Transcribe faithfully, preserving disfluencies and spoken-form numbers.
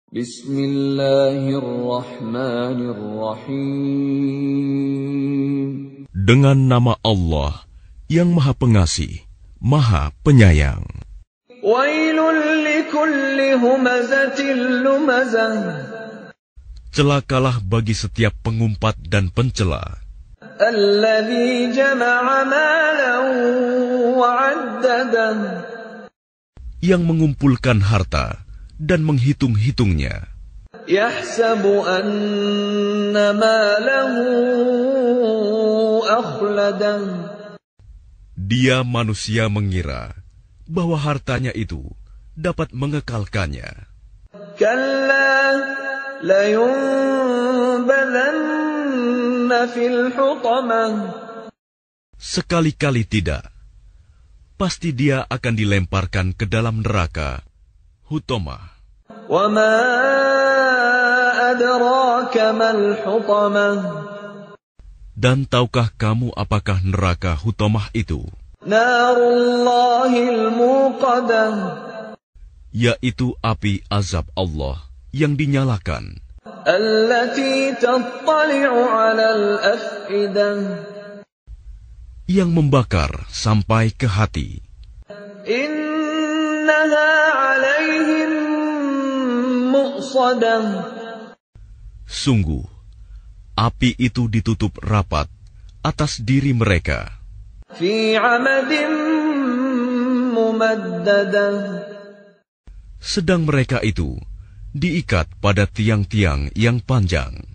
Bismillahirrahmanirrahim. Dengan nama Allah yang Maha Pengasih, Maha Penyayang. Wailul likulli humazatil lumazah. Celakalah bagi setiap pengumpat dan pencela. Alladzi jama'a malan wa'addadah. Yang mengumpulkan harta dan menghitung-hitungnya. Yahsabu anna malahu akhladah. Dia manusia mengira bahwa hartanya itu dapat mengekalkannya. Kalla layunbadanna fil hutamah. Sekali-kali tidak. Pasti dia akan dilemparkan ke dalam neraka, Hutamah. Wa ma adraka mal hutamah. Dan tahukah kamu apakah neraka Hutamah itu? Narullahil muqadah. Yaitu api azab Allah yang dinyalakan. Allati tattali'u 'alal af'idah. Yang membakar sampai ke hati. Innaha 'alaihim mu'sadah. Sungguh, api itu ditutup rapat atas diri mereka. Fi 'amadin mumaddadah. Sedang mereka itu diikat pada tiang-tiang yang panjang.